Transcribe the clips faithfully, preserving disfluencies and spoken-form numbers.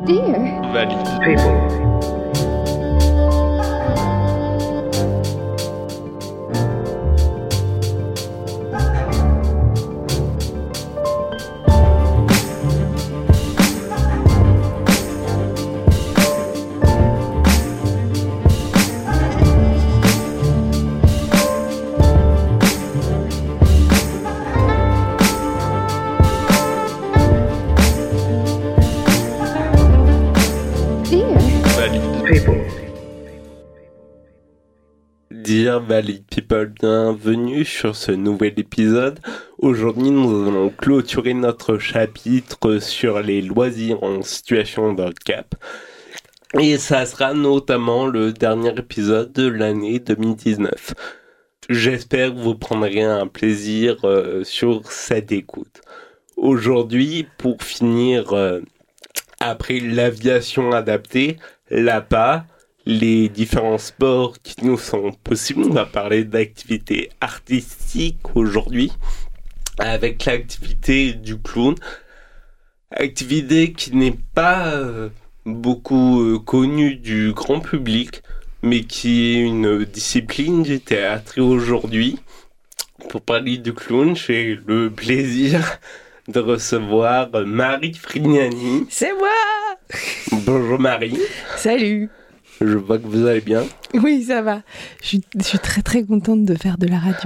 Dear. Valid people. Dear Valid People, bienvenue sur ce nouvel épisode. Aujourd'hui, nous allons clôturer notre chapitre sur les loisirs en situation de handicap. Et ça sera notamment le dernier épisode de l'année deux mille dix-neuf. J'espère que vous prendrez un plaisir euh, sur cette écoute. Aujourd'hui, pour finir, euh, après l'aviation adaptée, l'A P A, les différents sports qui nous sont possibles. On va parler d'activités artistiques aujourd'hui avec l'activité du clown. Activité qui n'est pas euh, beaucoup euh, connue du grand public, mais qui est une discipline du théâtre. Et aujourd'hui, pour parler du clown, j'ai le plaisir de recevoir Marie Frignani. C'est moi! Bonjour Marie. Salut! Je vois que vous allez bien. Oui, ça va. Je suis, je suis très très contente de faire de la radio.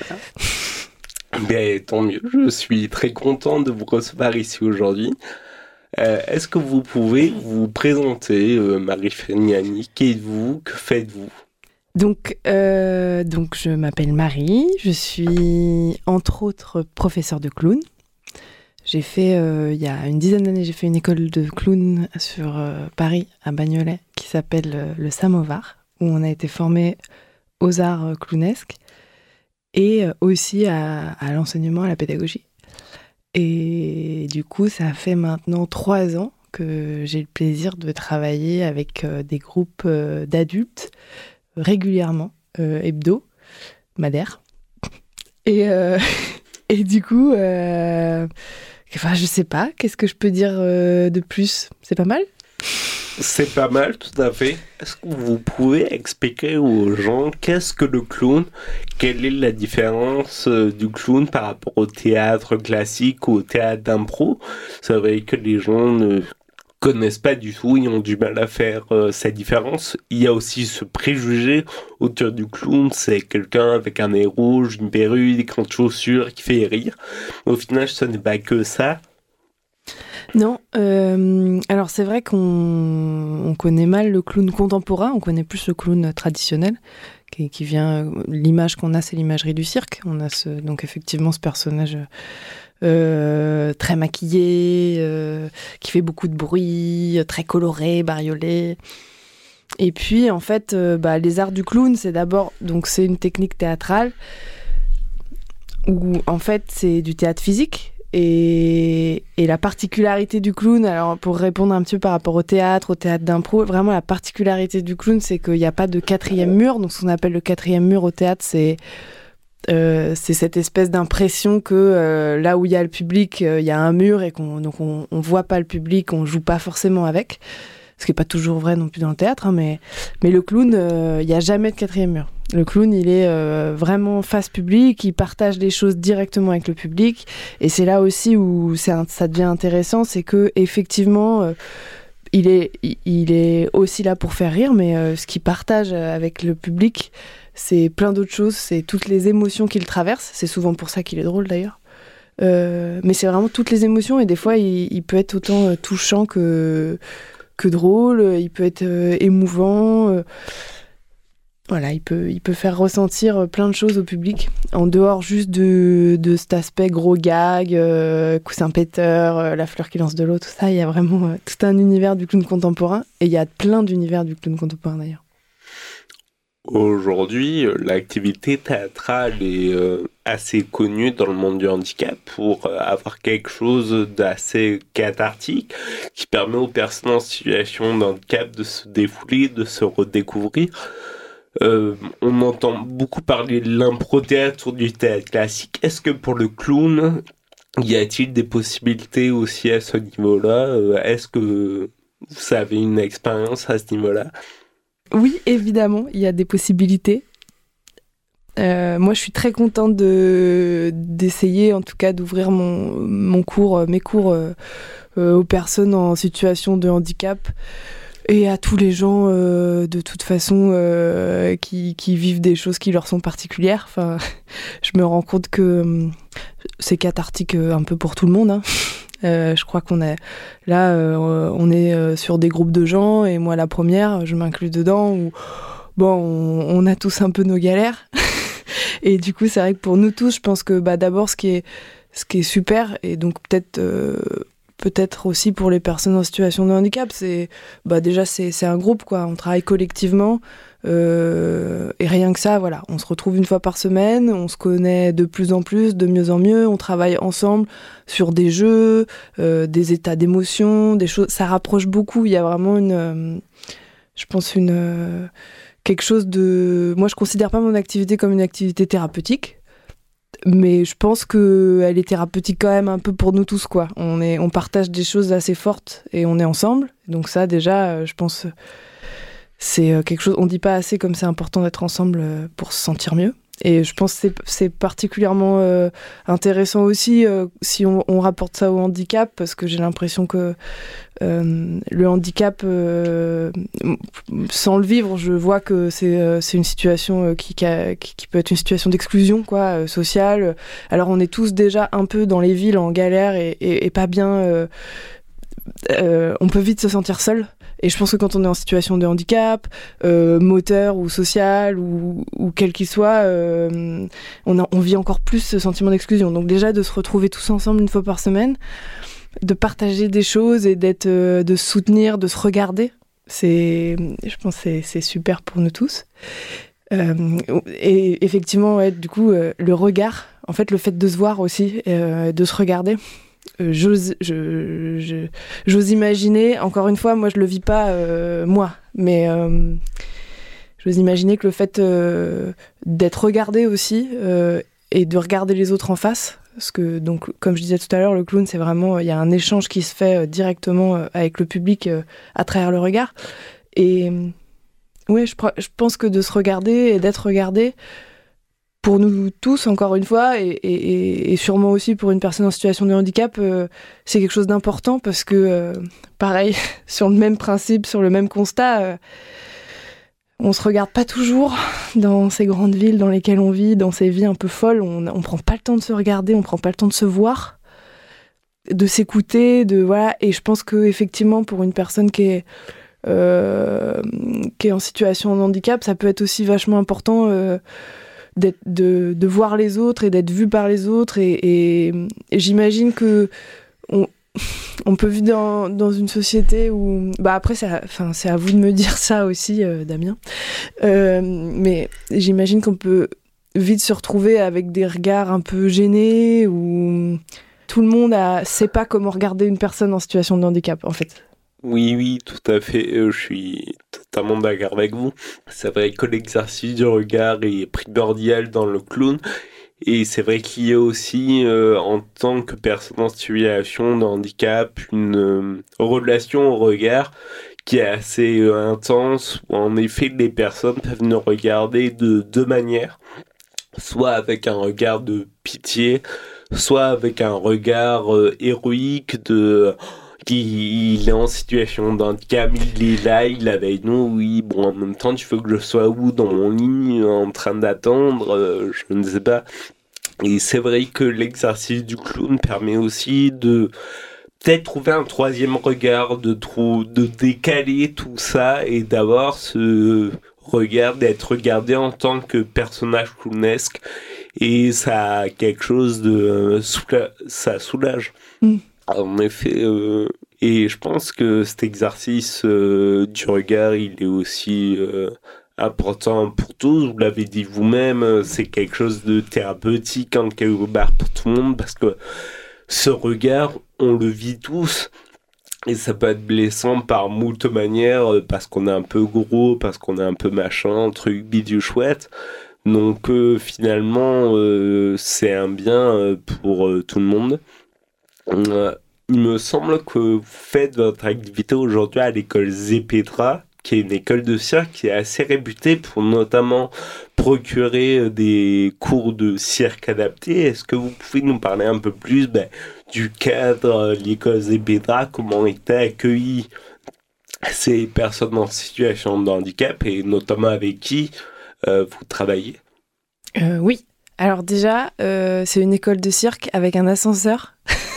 Bien, tant mieux. Je suis très content de vous recevoir ici aujourd'hui. Euh, est-ce que vous pouvez vous présenter, euh, Marie Frignani? Qui êtes-vous? Que faites-vous? Donc, euh, donc, je m'appelle Marie. Je suis entre autres professeure de clown. J'ai fait, euh, il y a une dizaine d'années, j'ai fait une école de clown sur euh, Paris, à Bagnolet, qui s'appelle euh, le Samovar, où on a été formé aux arts euh, clownesques et euh, aussi à, à l'enseignement, à la pédagogie. Et du coup, ça fait maintenant trois ans que j'ai le plaisir de travailler avec euh, des groupes euh, d'adultes régulièrement, euh, hebdo, Madère. Et, euh, et du coup... Euh, Enfin, je sais pas, qu'est-ce que je peux dire euh, de plus? C'est pas mal? C'est pas mal, tout à fait. Est-ce que vous pouvez expliquer aux gens qu'est-ce que le clown? Quelle est la différence euh, du clown par rapport au théâtre classique ou au théâtre d'impro? C'est vrai que les gens ne connaissent pas du tout, ils ont du mal à faire euh, cette différence. Il y a aussi ce préjugé autour du clown, c'est quelqu'un avec un nez rouge, une perruque, des grandes chaussures qui fait rire. Au final, ce n'est pas que ça. Non, euh, alors c'est vrai qu'on on connaît mal le clown contemporain, on connaît plus le clown traditionnel, qui, qui vient, l'image qu'on a, c'est l'imagerie du cirque. On a ce, donc effectivement ce personnage euh, très maquillé, euh, qui fait beaucoup de bruit, très coloré, bariolé. Et puis en fait, euh, bah, les arts du clown, c'est d'abord, donc c'est une technique théâtrale où en fait c'est du théâtre physique. Et, et la particularité du clown, alors pour répondre un petit peu par rapport au théâtre, au théâtre d'impro, vraiment la particularité du clown, c'est qu'il n'y a pas de quatrième mur. Donc ce qu'on appelle le quatrième mur au théâtre, c'est, euh, c'est cette espèce d'impression que euh, là où il y a le public, il euh, y a un mur et qu'on donc on, on voit pas le public, on joue pas forcément avec. Ce qui n'est pas toujours vrai non plus dans le théâtre, hein, mais, mais le clown, il euh, n'y a jamais de quatrième mur. Le clown, il est euh, vraiment face public, il partage les choses directement avec le public, et c'est là aussi où c'est un, ça devient intéressant, c'est que effectivement, euh, il est, il est aussi là pour faire rire, mais euh, ce qu'il partage avec le public, c'est plein d'autres choses, c'est toutes les émotions qu'il traverse. C'est souvent pour ça qu'il est drôle d'ailleurs. Euh, mais c'est vraiment toutes les émotions, et des fois, il, il peut être autant euh, touchant que que drôle, il peut être euh, émouvant, euh, voilà, il peut, il peut faire ressentir plein de choses au public, en dehors juste de, de cet aspect gros gag, euh, coussin péteur, euh, la fleur qui lance de l'eau, tout ça, il y a vraiment euh, tout un univers du clown contemporain, et il y a plein d'univers du clown contemporain d'ailleurs. Aujourd'hui, l'activité théâtrale est euh, assez connue dans le monde du handicap pour euh, avoir quelque chose d'assez cathartique qui permet aux personnes en situation de handicap de se défouler, de se redécouvrir. Euh, on entend beaucoup parler de l'impro-théâtre ou du théâtre classique. Est-ce que pour le clown, y a-t-il des possibilités aussi à ce niveau-là? euh, Est-ce que Vous avez une expérience à ce niveau-là? Oui, évidemment, il y a des possibilités. Euh, moi, je suis très contente de, d'essayer, en tout cas, d'ouvrir mon, mon cours, mes cours euh, euh, aux personnes en situation de handicap et à tous les gens, euh, de toute façon, euh, qui, qui vivent des choses qui leur sont particulières. Enfin, je me rends compte que euh, c'est cathartique euh, un peu pour tout le monde, hein. Euh, je crois qu'on est là, euh, on est euh, sur des groupes de gens, et moi, la première, je m'inclus dedans, où bon, on, on a tous un peu nos galères. Et du coup, c'est vrai que pour nous tous, je pense que bah, d'abord, ce qui est, ce qui est super, et donc peut-être, euh, peut-être aussi pour les personnes en situation de handicap, c'est bah, déjà, c'est, c'est un groupe, quoi. On travaille collectivement. Euh, et rien que ça, voilà, on se retrouve une fois par semaine, on se connaît de plus en plus, de mieux en mieux, on travaille ensemble sur des jeux, euh, des états d'émotion, des choses. Ça rapproche beaucoup. Il y a vraiment une, euh, je pense une euh, quelque chose de. Moi, je considère pas mon activité comme une activité thérapeutique, mais je pense que elle est thérapeutique quand même un peu pour nous tous, quoi. On est, on partage des choses assez fortes et on est ensemble. Donc ça, déjà, je pense. C'est quelque chose, on dit pas assez comme c'est important d'être ensemble pour se sentir mieux. Et je pense que c'est, c'est particulièrement euh, intéressant aussi euh, si on, on rapporte ça au handicap, parce que j'ai l'impression que euh, le handicap, euh, sans le vivre, je vois que c'est, euh, c'est une situation qui, qui, a, qui, qui peut être une situation d'exclusion, quoi, euh, sociale. Alors on est tous déjà un peu dans les villes en galère et, et, et pas bien. Euh, euh, on peut vite se sentir seul. Et je pense que quand on est en situation de handicap, euh, moteur ou social, ou, ou quel qu'il soit, euh, on, a, on vit encore plus ce sentiment d'exclusion. Donc déjà, de se retrouver tous ensemble une fois par semaine, de partager des choses et d'être, euh, de se soutenir, de se regarder, c'est, je pense que c'est, c'est super pour nous tous. Euh, et effectivement, ouais, du coup, euh, le regard, en fait, le fait de se voir aussi, euh, de se regarder, Euh, j'ose, je, je, j'ose imaginer, encore une fois, moi je le vis pas, euh, moi, mais euh, j'ose imaginer que le fait euh, d'être regardé aussi euh, et de regarder les autres en face, parce que, donc, comme je disais tout à l'heure, le clown, c'est vraiment, il y a un échange qui se fait euh, directement euh, avec le public euh, à travers le regard. Et euh, ouais, je, je pense que de se regarder et d'être regardé, pour nous tous, encore une fois, et, et, et sûrement aussi pour une personne en situation de handicap, euh, c'est quelque chose d'important, parce que, euh, pareil, sur le même principe, sur le même constat, euh, on se regarde pas toujours dans ces grandes villes dans lesquelles on vit, dans ces vies un peu folles. On, on prend pas le temps de se regarder, on prend pas le temps de se voir, de s'écouter, de voilà. Et je pense que effectivement, pour une personne qui est euh, qui est en situation de handicap, ça peut être aussi vachement important. Euh, d'être, de, de voir les autres et d'être vu par les autres, et, et, et j'imagine que on, on peut vivre dans, dans une société où bah après c'est à, enfin, c'est à vous de me dire ça aussi, euh, Damien, euh, mais j'imagine qu'on peut vite se retrouver avec des regards un peu gênés, où tout le monde a, sait pas comment regarder une personne en situation de handicap, en fait. Oui, oui, tout à fait. Euh, je suis totalement d'accord avec vous. C'est vrai que l'exercice du regard est primordial dans le clown. Et c'est vrai qu'il y a aussi, euh, en tant que personne en situation de handicap, une euh, relation au regard qui est assez euh, intense, où en effet les personnes peuvent nous regarder de deux manières. Soit avec un regard de pitié, soit avec un regard euh, héroïque de... Il est en situation d'handicap, il est là, il est avec nous, oui, bon, en même temps, tu veux que je sois où dans mon lit, en train d'attendre, euh, je ne sais pas. Et c'est vrai que l'exercice du clown permet aussi de peut-être trouver un troisième regard, de, trou- de décaler tout ça et d'avoir ce regard, d'être regardé en tant que personnage clownesque. Et ça a quelque chose de... euh, soula- ça soulage. Mm. En effet, euh, et je pense que cet exercice euh, du regard, il est aussi euh, important pour tous. Vous l'avez dit vous-même, c'est quelque chose de thérapeutique en quelque part pour tout le monde, parce que ce regard, on le vit tous. Et ça peut être blessant par moult manières, parce qu'on est un peu gros, parce qu'on est un peu machin, truc bidule chouette. Donc euh, finalement, euh, c'est un bien euh, pour euh, tout le monde. Euh, il me semble que vous faites votre activité aujourd'hui à l'école Zepetra, qui est une école de cirque qui est assez réputée pour notamment procurer des cours de cirque adaptés. Est-ce que vous pouvez nous parler un peu plus ben, du cadre, l'école Zepetra, comment étaient accueillies ces personnes en situation de handicap et notamment avec qui euh, vous travaillez? euh, Oui, alors déjà, euh, c'est une école de cirque avec un ascenseur.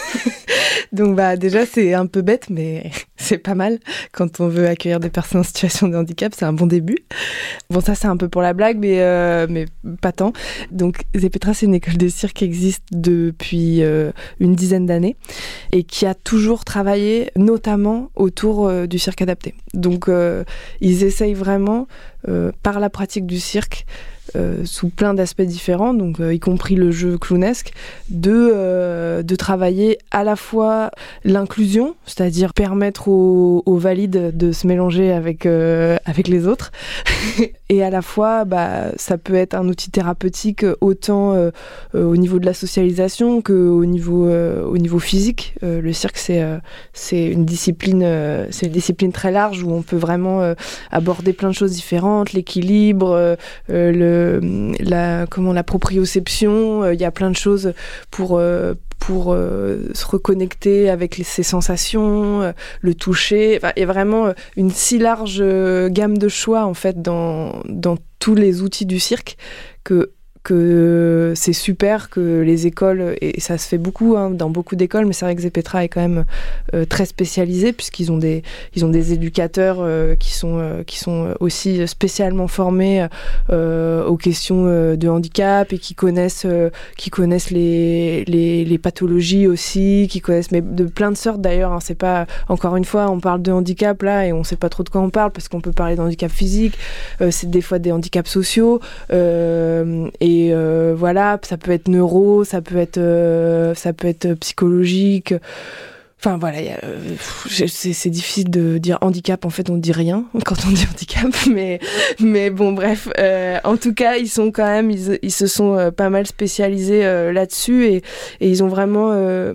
Donc bah déjà c'est un peu bête, mais c'est pas mal quand on veut accueillir des personnes en situation de handicap, c'est un bon début. Bon, ça c'est un peu pour la blague, mais euh, mais pas tant. Donc Zepetra, c'est une école de cirque qui existe depuis euh, une dizaine d'années et qui a toujours travaillé notamment autour euh, du cirque adapté. Donc euh, ils essayent vraiment euh, par la pratique du cirque, Euh, sous plein d'aspects différents, donc euh, y compris le jeu clownesque, de, euh, de travailler à la fois l'inclusion, c'est-à-dire permettre aux, aux valides de se mélanger avec, euh, avec les autres, et à la fois, bah, ça peut être un outil thérapeutique autant euh, euh, au niveau de la socialisation qu'au niveau, euh, au niveau physique. Euh, le cirque, c'est, euh, c'est, une discipline, euh, c'est une discipline très large où on peut vraiment euh, aborder plein de choses différentes, l'équilibre, euh, euh, le La, comment, la proprioception, il euh, y a plein de choses pour, euh, pour euh, se reconnecter avec les, ses sensations, euh, le toucher. Enfin, il y a vraiment une si large euh, gamme de choix en fait, dans, dans tous les outils du cirque que que c'est super que les écoles, et ça se fait beaucoup hein, dans beaucoup d'écoles, mais c'est vrai que Zepetra est quand même euh, très spécialisé puisqu'ils ont des, ils ont des éducateurs euh, qui, sont, euh, qui sont aussi spécialement formés euh, aux questions euh, de handicap et qui connaissent, euh, qui connaissent les, les, les pathologies aussi, qui connaissent mais de plein de sortes d'ailleurs. Hein, c'est pas, encore une fois, on parle de handicap là et on sait pas trop de quoi on parle parce qu'on peut parler d'handicap physique, euh, c'est des fois des handicaps sociaux euh, et Et euh, voilà, ça peut être neuro, ça peut être, euh, ça peut être psychologique. Enfin voilà, y a, euh, c'est, c'est difficile de dire handicap. En fait, on dit rien quand on dit handicap, mais mais bon, bref. Euh, en tout cas, ils sont quand même, ils, ils se sont euh, pas mal spécialisés euh, là-dessus et, et ils ont vraiment euh,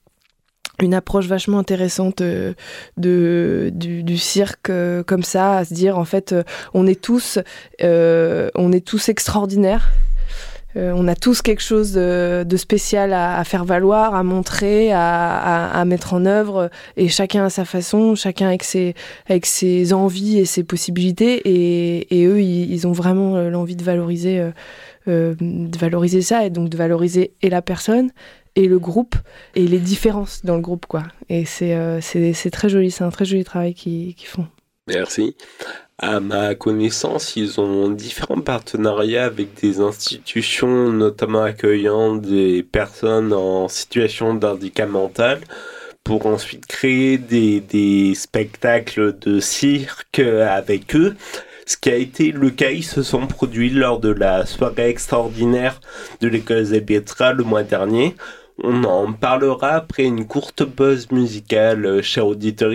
une approche vachement intéressante euh, de, du, du cirque euh, comme ça, à se dire en fait, euh, on est tous, euh, on est tous extraordinaires. Euh, on a tous quelque chose de, de spécial à, à faire valoir, à montrer, à, à, à mettre en œuvre, et chacun à sa façon, chacun avec ses, avec ses envies et ses possibilités, et, et eux, ils, ils ont vraiment l'envie de valoriser, euh, euh, de valoriser ça, et donc de valoriser et la personne, et le groupe, et les différences dans le groupe, quoi. Et c'est, euh, c'est, c'est très joli, c'est un très joli travail qu'ils, qu'ils font. Merci. À ma connaissance, ils ont différents partenariats avec des institutions, notamment accueillant des personnes en situation de handicap mental, pour ensuite créer des, des spectacles de cirque avec eux. Ce qui a été le cas, ils se sont produits lors de la soirée extraordinaire de l'école Zepetra le mois dernier. On en parlera après une courte pause musicale, chers auditeurs.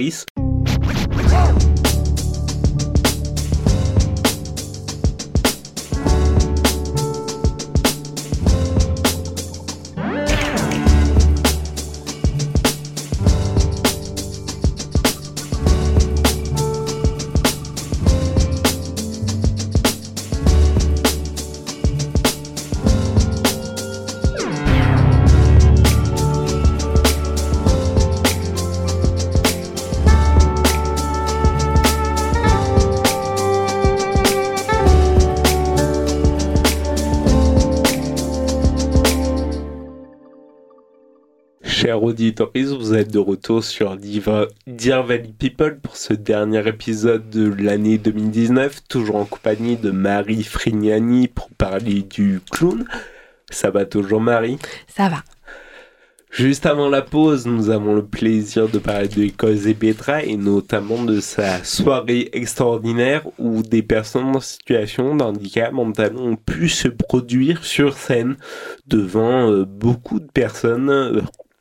Chers auditeurs, vous êtes de retour sur Dear Valley People pour ce dernier épisode de l'année deux mille dix-neuf, toujours en compagnie de Marie Frignani pour parler du clown. Ça va toujours, Marie ? Ça va. Juste avant la pause, nous avons le plaisir de parler de l'école Zepetra et notamment de sa soirée extraordinaire où des personnes en situation de handicap mental ont pu se produire sur scène devant euh, beaucoup de personnes. Euh,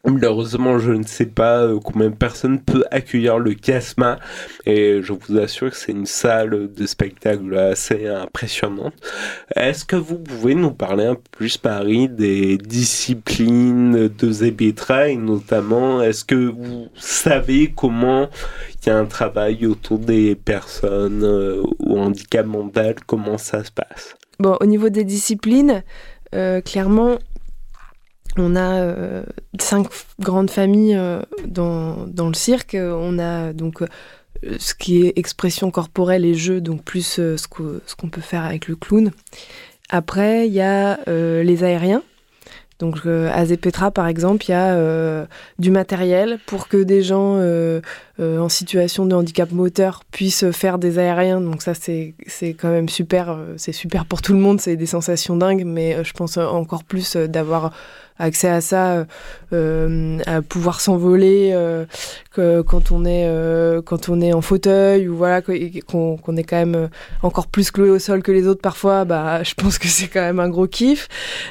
Malheureusement, je ne sais pas euh, combien de personnes peut accueillir le Kiasma, et je vous assure que c'est une salle de spectacle assez impressionnante. Est-ce que vous pouvez nous parler un peu plus, Marie, des disciplines de Zepetra, et notamment, est-ce que vous savez comment il y a un travail autour des personnes euh, au handicap mental, comment ça se passe? Bon, au niveau des disciplines, euh, clairement, on a euh, cinq grandes familles euh, dans, dans le cirque. On a donc euh, ce qui est expression corporelle et jeu, donc plus euh, ce, que, ce qu'on peut faire avec le clown. Après, il y a euh, les aériens. Donc euh, à Zepetra, par exemple, il y a euh, du matériel pour que des gens euh, euh, en situation de handicap moteur puissent faire des aériens. Donc ça, c'est, c'est quand même super. Euh, c'est super pour tout le monde, c'est des sensations dingues, mais euh, je pense encore plus euh, d'avoir accès à ça, euh, à pouvoir s'envoler euh, que quand on est euh, quand on est en fauteuil ou voilà qu'on, qu'on est quand même encore plus cloué au sol que les autres parfois. Bah, je pense que c'est quand même un gros kiff.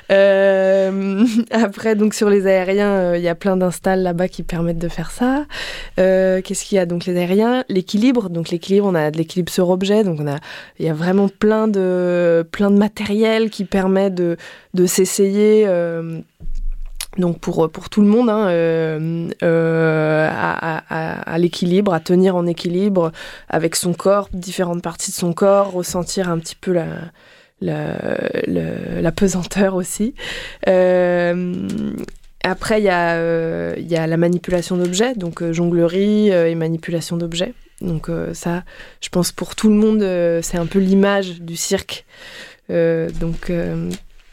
Euh, après, donc sur les aériens, il euh, y a plein d'installs là-bas qui permettent de faire ça. Euh, qu'est-ce qu'il y a donc les aériens, l'équilibre. Donc l'équilibre, on a de l'équilibre sur objet. Donc on a, il y a vraiment plein de plein de matériel qui permet de de s'essayer. Euh, Donc pour, pour tout le monde, hein, euh, euh, à, à, à l'équilibre, à tenir en équilibre avec son corps, différentes parties de son corps, ressentir un petit peu la, la, la, la pesanteur aussi. Euh, après, il y, euh, y a la manipulation d'objets, donc euh, jonglerie euh, et manipulation d'objets. Donc euh, ça, je pense pour tout le monde, euh, c'est un peu l'image du cirque. Euh, donc... Euh,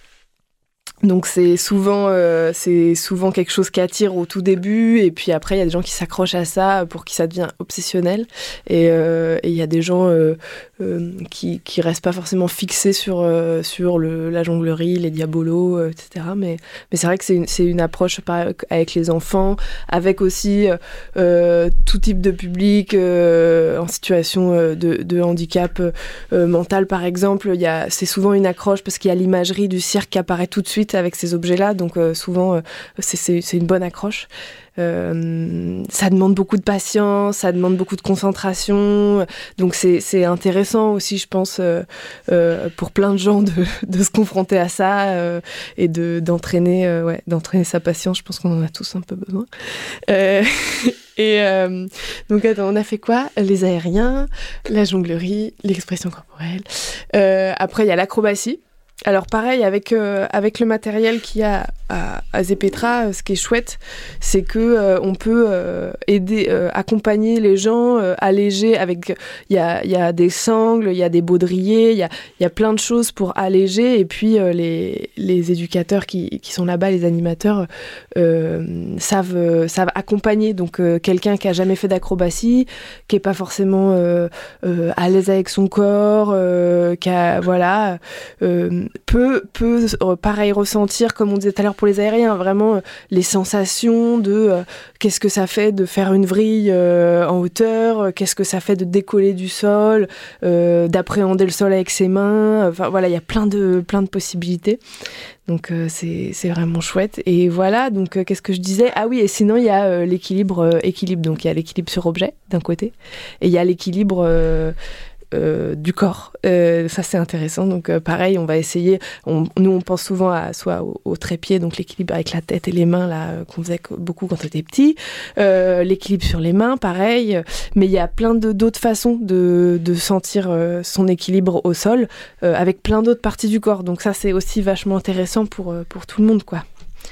Donc c'est souvent, euh, c'est souvent quelque chose qui attire au tout début, et puis après il y a des gens qui s'accrochent à ça pour qui ça devient obsessionnel, et il euh, y a des gens euh, euh, qui qui restent pas forcément fixés sur euh, sur le, la jonglerie, les diabolos, euh, et cetera. Mais mais c'est vrai que c'est une c'est une approche par, avec les enfants, avec aussi euh, tout type de public euh, en situation de, de handicap euh, mental par exemple. Il y a c'est souvent une accroche parce qu'il y a l'imagerie du cirque qui apparaît tout de suite avec ces objets-là, donc euh, souvent euh, c'est, c'est, c'est une bonne accroche. Euh, ça demande beaucoup de patience, ça demande beaucoup de concentration, donc c'est, c'est intéressant aussi, je pense, euh, euh, pour plein de gens de, de se confronter à ça euh, et de, d'entraîner, euh, ouais, d'entraîner sa patience. Je pense qu'on en a tous un peu besoin. Euh, et euh, donc attends, on a fait quoi? Les aériens, la jonglerie, l'expression corporelle. Euh, après, il y a l'acrobatie. Alors pareil, avec, euh, avec le matériel qu'il y a à, à Zepetra, ce qui est chouette, c'est que euh, on peut euh, aider, euh, accompagner les gens, euh, alléger avec... Il y a, y a des sangles, il y a des baudriers, il y a, y a plein de choses pour alléger, et puis euh, les, les éducateurs qui, qui sont là-bas, les animateurs, euh, savent, euh, savent accompagner. Donc euh, quelqu'un qui a jamais fait d'acrobatie, qui est pas forcément euh, euh, à l'aise avec son corps, euh, qui a... Voilà... Euh, peut, peut euh, pareil ressentir, comme on disait tout à l'heure pour les aériens, vraiment euh, les sensations de euh, qu'est-ce que ça fait de faire une vrille euh, en hauteur, euh, qu'est-ce que ça fait de décoller du sol, euh, d'appréhender le sol avec ses mains. Enfin voilà, il y a plein de, plein de possibilités. Donc euh, c'est, c'est vraiment chouette. Et voilà, donc euh, qu'est-ce que je disais? Ah oui, et sinon il y a euh, l'équilibre, euh, équilibre. Donc il y a l'équilibre sur objet d'un côté, et il y a l'équilibre... Euh, Euh, du corps. Euh, ça, c'est intéressant. Donc, euh, pareil, on va essayer. On, nous, on pense souvent à soit au, au trépied, donc l'équilibre avec la tête et les mains, là, euh, qu'on faisait beaucoup quand on était petit. Euh, l'équilibre sur les mains, pareil. Mais il y a plein de, d'autres façons de, de sentir euh, son équilibre au sol, euh, avec plein d'autres parties du corps. Donc, ça, c'est aussi vachement intéressant pour, euh, pour tout le monde, quoi.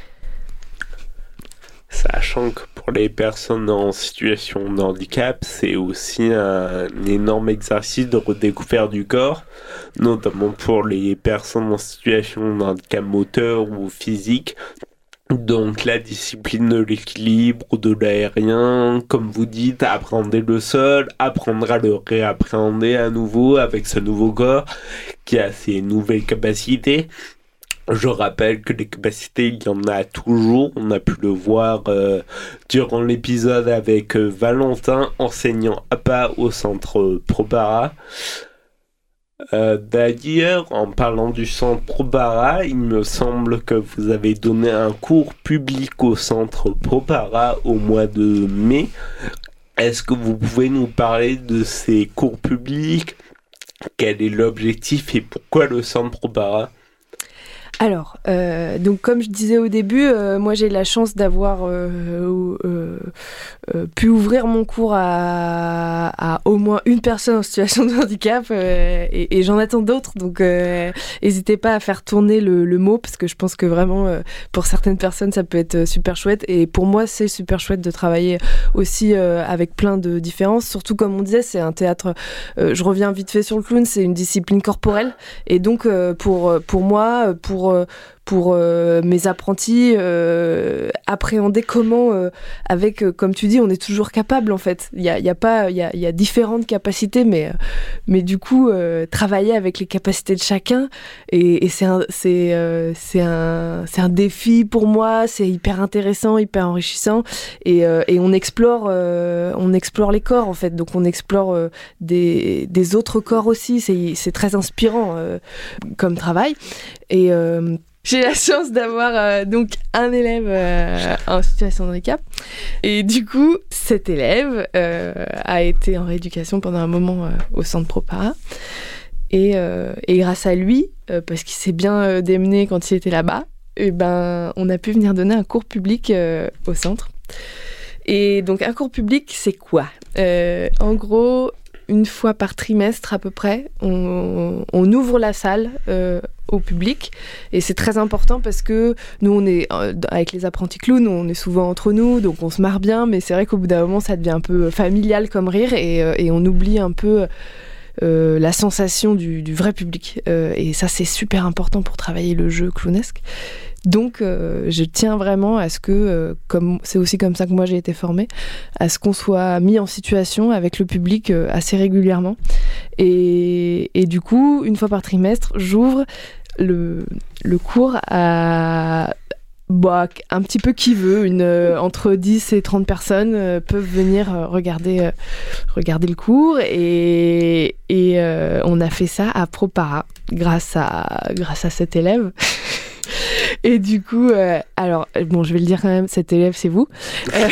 Sachant que pour les personnes en situation de handicap, c'est aussi un énorme exercice de redécouverte du corps, notamment pour les personnes en situation de handicap moteur ou physique. Donc la discipline de l'équilibre, de l'aérien, comme vous dites, appréhender le sol, apprendre à le réappréhender à nouveau avec ce nouveau corps qui a ses nouvelles capacités. Je rappelle que les capacités, il y en a toujours. On a pu le voir euh, durant l'épisode avec euh, Valentin, enseignant A P A au centre euh, ProPara. Euh, d'ailleurs, en parlant du centre ProPara, il me semble que vous avez donné un cours public au centre ProPara au mois de mai. Est-ce que vous pouvez nous parler de ces cours publics? Quel est l'objectif et pourquoi le centre ProPara? Alors, euh, donc comme je disais au début, euh, moi j'ai la chance d'avoir euh, euh, euh, pu ouvrir mon cours à, à au moins une personne en situation de handicap euh, et, et j'en attends d'autres, donc euh, n'hésitez pas à faire tourner le, le mot parce que je pense que vraiment euh, pour certaines personnes ça peut être super chouette et pour moi c'est super chouette de travailler aussi euh, avec plein de différences, surtout comme on disait c'est un théâtre, euh, je reviens vite fait sur le clown, c'est une discipline corporelle et donc euh, pour, pour moi, pour pour euh, mes apprentis euh, appréhender comment euh, avec euh, comme tu dis on est toujours capable en fait il y a il y a pas il y a il y a différentes capacités mais mais du coup euh, travailler avec les capacités de chacun et, et c'est un c'est euh, c'est un c'est un défi pour moi, c'est hyper intéressant, hyper enrichissant et euh, et on explore euh, on explore les corps en fait, donc on explore euh, des des autres corps aussi, c'est c'est très inspirant euh, comme travail. Et euh, j'ai la chance d'avoir euh, donc un élève euh, en situation de handicap. Et du coup, cet élève euh, a été en rééducation pendant un moment euh, au centre ProPara. Et, euh, et grâce à lui, euh, parce qu'il s'est bien euh, démené quand il était là-bas, et ben, on a pu venir donner un cours public euh, au centre. Et donc, un cours public, c'est quoi ? euh, En gros, une fois par trimestre à peu près, on, on ouvre la salle euh, au public et c'est très important parce que nous on est euh, avec les apprentis clowns, on est souvent entre nous donc on se marre bien, mais c'est vrai qu'au bout d'un moment ça devient un peu familial comme rire et, euh, et on oublie un peu euh, la sensation du, du vrai public euh, et ça c'est super important pour travailler le jeu clownesque. Donc, euh, je tiens vraiment à ce que, euh, comme c'est aussi comme ça que moi j'ai été formée, à ce qu'on soit mis en situation avec le public euh, assez régulièrement. Et, et du coup, une fois par trimestre, j'ouvre le, le cours à bah, un petit peu qui veut. Une, euh, entre dix et trente personnes euh, peuvent venir euh, regarder, euh, regarder le cours. Et, et euh, on a fait ça à ProPara grâce à, grâce à cet élève. Et du coup, euh, alors, bon, je vais le dire quand même, cet élève, c'est vous. Euh,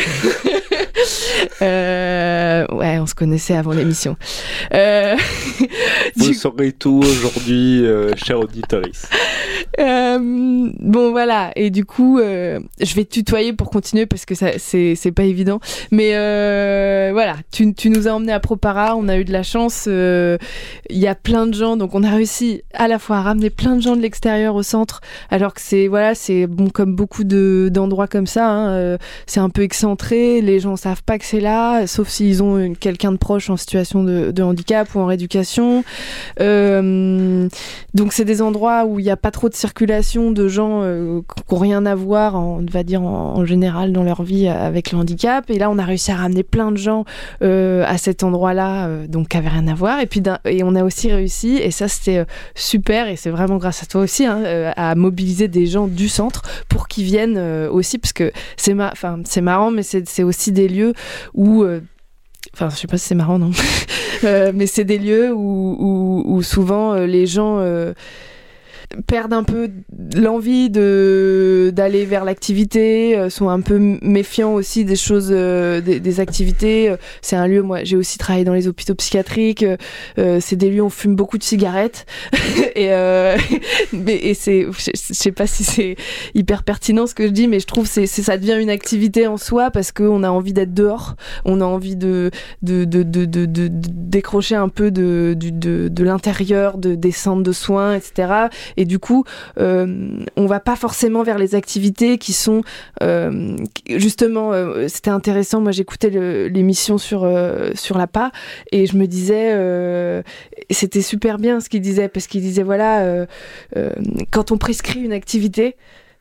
euh, ouais, on se connaissait avant l'émission. Euh, vous du... saurez tout aujourd'hui, euh, chère auditrice. Euh, bon, voilà. Et du coup, euh, je vais te tutoyer pour continuer parce que ça, c'est, c'est pas évident. Mais euh, voilà, tu, tu nous as emmenés à ProPara, on a eu de la chance. Il euh, y a plein de gens, donc on a réussi à la fois à ramener plein de gens de l'extérieur au centre, alors que c'est, voilà, c'est bon, comme beaucoup de, d'endroits comme ça, hein, euh, c'est un peu excentré, les gens savent pas que c'est là, sauf s'ils ont une, quelqu'un de proche en situation de, de handicap ou en rééducation. Euh, donc c'est des endroits où il n'y a pas trop de circulation de gens euh, qui n'ont rien à voir, on va dire en, en général dans leur vie avec le handicap. Et là, on a réussi à ramener plein de gens euh, à cet endroit-là, euh, donc qui n'avaient rien à voir. Et puis, et on a aussi réussi, et ça c'était euh, super, et c'est vraiment grâce à toi aussi, hein, euh, à mobiliser des gens du centre pour qu'ils viennent euh, aussi, parce que c'est, ma- c'est marrant, mais c'est, c'est aussi des lieux où... Euh, Enfin, je sais pas si c'est marrant, non. euh, mais c'est des lieux où, où, où souvent euh, les gens euh, perdent un peu l'envie de d'aller vers l'activité, euh, sont un peu méfiants aussi des choses, euh, des, des activités. C'est un lieu, moi, j'ai aussi travaillé dans les hôpitaux psychiatriques. Euh, c'est des lieux où on fume beaucoup de cigarettes. et euh, mais et c'est, je, je sais pas si c'est hyper pertinent ce que je dis, mais je trouve c'est, c'est ça devient une activité en soi parce qu'on a envie d'être dehors, on a envie de de de de de, de, de décrocher un peu de de de, de l'intérieur, de des centres de soins, et cetera. Et du coup, euh, on va pas forcément vers les activités qui sont euh, justement. Euh, c'était intéressant. Moi, j'écoutais le, l'émission sur euh, sur l'A P A et je me disais, euh, c'était super bien ce qu'il disait parce qu'il disait voilà, euh, euh, quand on prescrit une activité.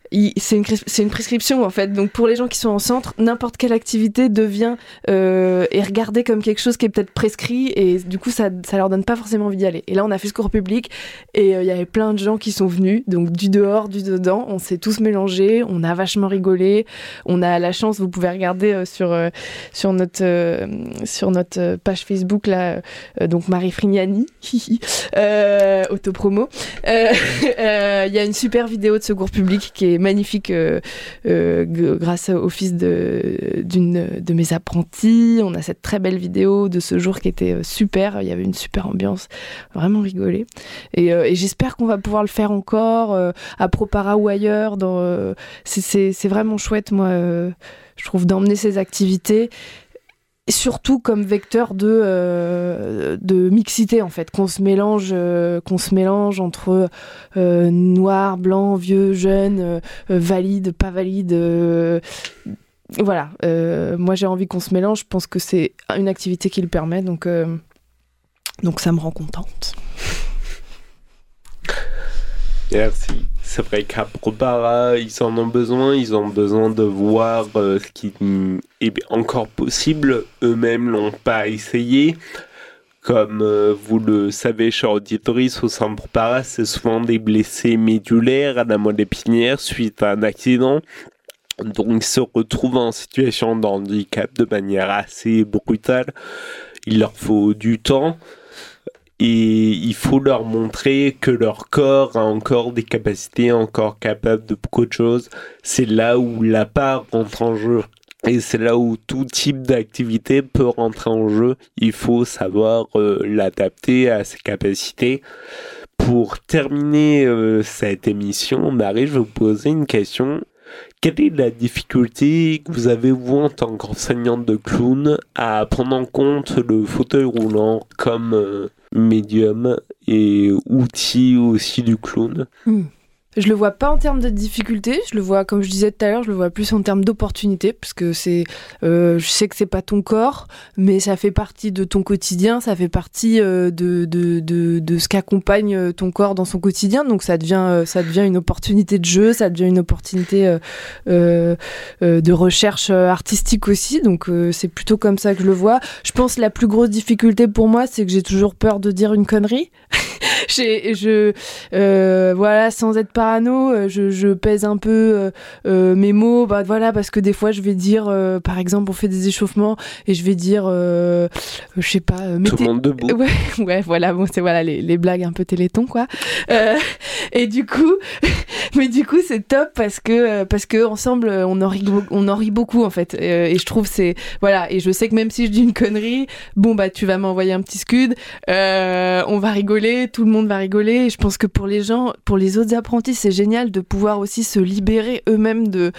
il, c'est, une, c'est une prescription en fait. Donc pour les gens qui sont en centre, n'importe quelle activité devient euh, est regardée comme quelque chose qui est peut-être prescrit et du coup ça ça leur donne pas forcément envie d'y aller. Et là on a fait ce cours public et il euh, y avait plein de gens qui sont venus, donc du dehors, du dedans, on s'est tous mélangés, on a vachement rigolé, on a la chance, vous pouvez regarder euh, sur euh, sur notre euh, sur notre page Facebook là, euh, donc Marie Frignani, euh, autopromo. Il euh, euh, y a une super vidéo de ce cours public qui est magnifique euh, euh, g- grâce au fils de d'une de mes apprentis. On a cette très belle vidéo de ce jour qui était euh, super. Il y avait une super ambiance, vraiment rigolé. Et, euh, et j'espère qu'on va pouvoir le faire encore euh, à Propara ou ailleurs. Dans, euh, c'est, c'est, c'est vraiment chouette, moi, euh, je trouve, d'emmener ces activités. Et surtout comme vecteur de, euh, de mixité, en fait, qu'on se mélange, euh, qu'on se mélange entre euh, noir, blanc, vieux, jeune, euh, valide, pas valide. Euh, voilà, euh, moi j'ai envie qu'on se mélange. Je pense que c'est une activité qui le permet, donc, euh, donc ça me rend contente. Merci. C'est vrai qu'à Propara, ils en ont besoin, ils ont besoin de voir euh, ce qui est encore possible. Eux-mêmes l'ont pas essayé. Comme euh, vous le savez, chers auditeurs, au centre Propara, c'est souvent des blessés médulaires à la moelle épinière suite à un accident. Donc ils se retrouvent en situation de handicap de manière assez brutale. Il leur faut du temps. Et il faut leur montrer que leur corps a encore des capacités, encore capable de beaucoup de choses. C'est là où la part rentre en jeu. Et c'est là où tout type d'activité peut rentrer en jeu. Il faut savoir euh, l'adapter à ses capacités. Pour terminer euh, cette émission, Marie, je vais vous poser une question. Quelle est la difficulté que vous avez, vous, en tant qu'enseignante de clown, à prendre en compte le fauteuil roulant comme euh, médium et outil aussi du clown? mmh. Je le vois pas en termes de difficulté, je le vois, comme je disais tout à l'heure, je le vois plus en termes d'opportunité, parce que c'est, euh, je sais que c'est pas ton corps, mais ça fait partie de ton quotidien, ça fait partie euh, de, de, de, de ce qu'accompagne ton corps dans son quotidien, donc ça devient, euh, ça devient une opportunité de jeu, ça devient une opportunité euh, euh, euh, de recherche artistique aussi, donc euh, c'est plutôt comme ça que je le vois. Je pense que la plus grosse difficulté pour moi, c'est que j'ai toujours peur de dire une connerie. J'ai, je, euh, voilà, sans être parano, je, je pèse un peu euh, euh, mes mots, bah voilà, parce que des fois je vais dire, euh, par exemple, on fait des échauffements et je vais dire, euh, je sais pas, euh, mettez... tout le monde debout. Ouais, ouais, voilà, bon, c'est voilà les, les blagues un peu téléthon, quoi. Euh, et du coup, mais du coup, c'est top parce que parce que ensemble, on en rit, on en rit beaucoup en fait. Euh, et je trouve c'est voilà, et je sais que même si je dis une connerie, bon bah tu vas m'envoyer un petit scud, euh, on va rigoler, tout le monde va rigoler. Et je pense que pour les gens, pour les autres apprentis, c'est génial de pouvoir aussi se libérer eux-mêmes de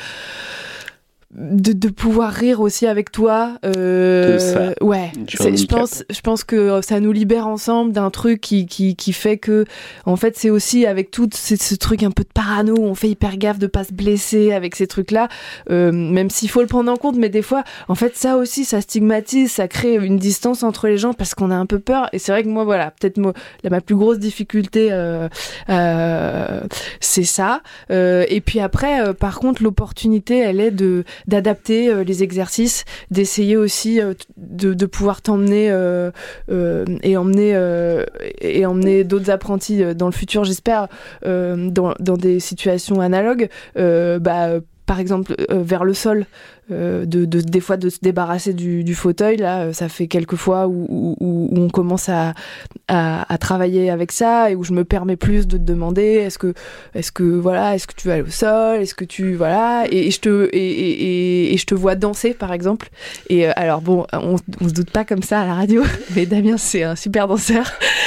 De, de pouvoir rire aussi avec toi. Euh, de ça. Ouais. C'est, je pense, je pense que ça nous libère ensemble d'un truc qui, qui, qui fait que, en fait, c'est aussi avec tout ce, ce truc un peu de parano où on fait hyper gaffe de pas se blesser avec ces trucs-là, euh, même s'il faut le prendre en compte, mais des fois, en fait, ça aussi, ça stigmatise, ça crée une distance entre les gens parce qu'on a un peu peur. Et c'est vrai que moi, voilà, peut-être moi, la, ma plus grosse difficulté, euh, euh, c'est ça. Euh, et puis après, euh, par contre, l'opportunité, elle est de d'adapter euh, les exercices, d'essayer aussi euh, de, de pouvoir t'emmener euh, euh, et emmener euh, et emmener d'autres apprentis dans le futur, j'espère, euh, dans, dans des situations analogues, euh, bah, par exemple euh, vers le sol. Euh, de, de, des fois de se débarrasser du, du fauteuil, là, ça fait quelques fois où, où, où on commence à, à, à travailler avec ça et où je me permets plus de te demander est-ce que, est-ce que, voilà, est-ce que tu vas aller au sol, est-ce que tu, voilà, et, et, je, te, et, et, et, et je te vois danser, par exemple. Et euh, alors, bon, on, on se doute pas comme ça à la radio, mais Damien, c'est un super danseur.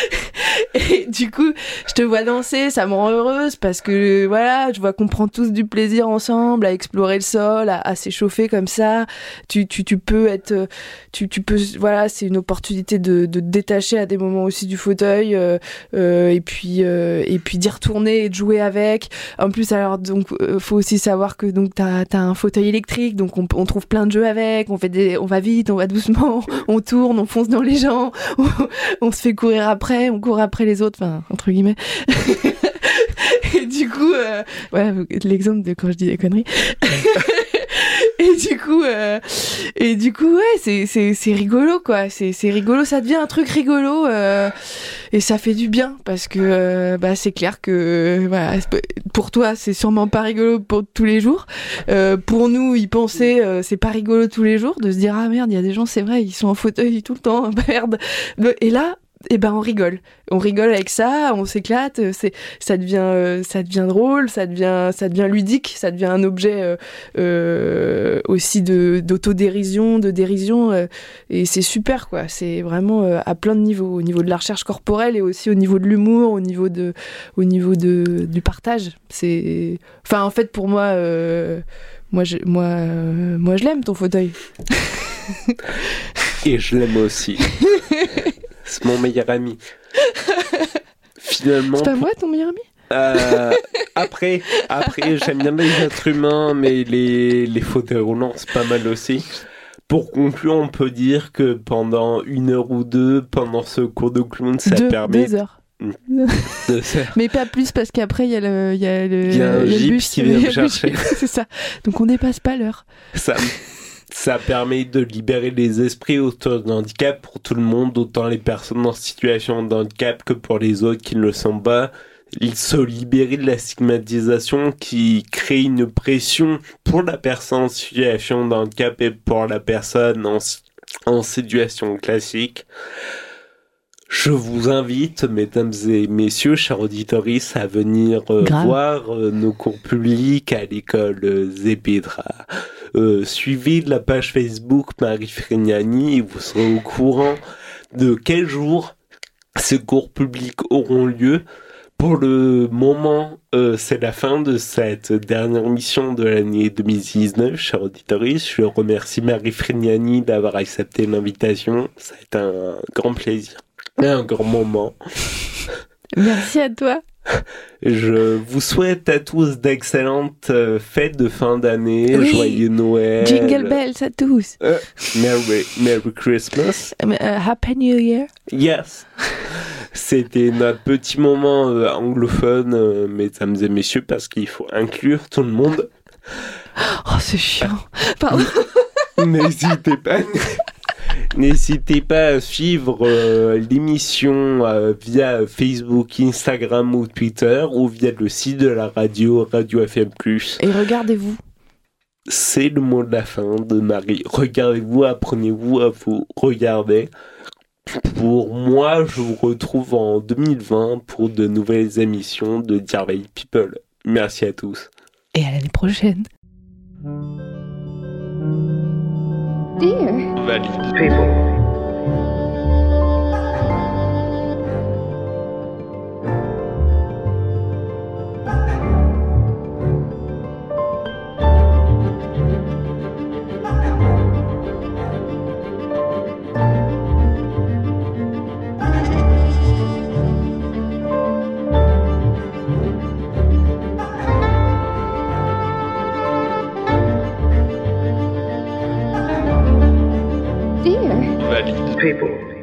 Et du coup, je te vois danser, ça me rend heureuse parce que voilà, je vois qu'on prend tous du plaisir ensemble à explorer le sol, à, à s'échauffer comme ça. Tu, tu, tu peux être, tu, tu peux, voilà, c'est une opportunité de, de te détacher à des moments aussi du fauteuil euh, euh, et puis euh, et puis d'y retourner et de jouer avec. En plus, alors donc, euh, faut aussi savoir que donc t'as t'as un fauteuil électrique, donc on, on trouve plein de jeux avec. On fait des, on va vite, on va doucement, on tourne, on fonce dans les gens, on, on se fait courir après, on court après les autres, enfin entre guillemets. Et du coup, euh, voilà l'exemple de quand je dis des conneries. Et du coup, euh, et du coup, ouais, c'est c'est c'est rigolo quoi. C'est c'est rigolo, ça devient un truc rigolo euh, et ça fait du bien parce que euh, bah c'est clair que euh, voilà, pour toi c'est sûrement pas rigolo pour tous les jours. Euh, pour nous, y penser, euh, c'est pas rigolo tous les jours de se dire ah merde, il y a des gens, c'est vrai, ils sont en fauteuil tout le temps, merde. Et là. Et ben on rigole, on rigole avec ça, on s'éclate, c'est ça devient euh, ça devient drôle, ça devient ça devient ludique, ça devient un objet euh, euh, aussi de d'autodérision, de dérision euh, et c'est super quoi. C'est vraiment euh, à plein de niveaux, au niveau de la recherche corporelle et aussi au niveau de l'humour, au niveau de au niveau de du partage. C'est enfin en fait pour moi euh, moi je moi euh, moi je l'aime ton fauteuil. Et je l'aime aussi. C'est mon meilleur ami. Finalement. C'est pas pour... moi ton meilleur ami euh, Après, après j'aime bien les êtres humains, mais les, les fauteuils roulants, c'est pas mal aussi. Pour conclure, on peut dire que pendant une heure ou deux, pendant ce cours de clown, ça deux, permet... Deux heures. de faire... Mais pas plus parce qu'après, il y a le, il y a le, il y a un y a jeep le bus qui vient me chercher. C'est ça. Donc on dépasse pas l'heure. Ça... Ça permet de libérer les esprits autour de handicap pour tout le monde, autant les personnes en situation de handicap que pour les autres qui ne le sont pas. Il se libérer de la stigmatisation qui crée une pression pour la personne en situation de handicap et pour la personne en, en situation classique. Je vous invite, mesdames et messieurs, chers auditeurs, à venir euh, voir euh, nos cours publics à l'école euh, Zepedra. Euh, suivez la page Facebook Marie Frignani et vous serez au courant de quel jour ces cours publics auront lieu. Pour le moment, euh, c'est la fin de cette dernière mission de l'année deux mille dix-neuf, chers auditeurs. Je remercie Marie Frignani d'avoir accepté l'invitation. Ça a été un grand plaisir. Et un grand moment. Merci à toi. Je vous souhaite à tous d'excellentes euh, fêtes de fin d'année, oui. Joyeux Noël. Jingle bells à tous. Euh, Merry, Merry Christmas. Uh, Happy New Year. Yes. C'était notre petit moment euh, anglophone, euh, mesdames et messieurs, parce qu'il faut inclure tout le monde. Oh, c'est chiant. Pardon. N'hésitez pas. N'hésitez pas à suivre euh, l'émission euh, via Facebook, Instagram ou Twitter ou via le site de la radio, Radio F M plus. Et regardez-vous. C'est le mot de la fin de Marie. Regardez-vous, apprenez-vous à vous regarder. Pour moi, je vous retrouve en deux mille vingt pour de nouvelles émissions de Dear Valley People. Merci à tous. Et à l'année prochaine. Dear Valley People. people.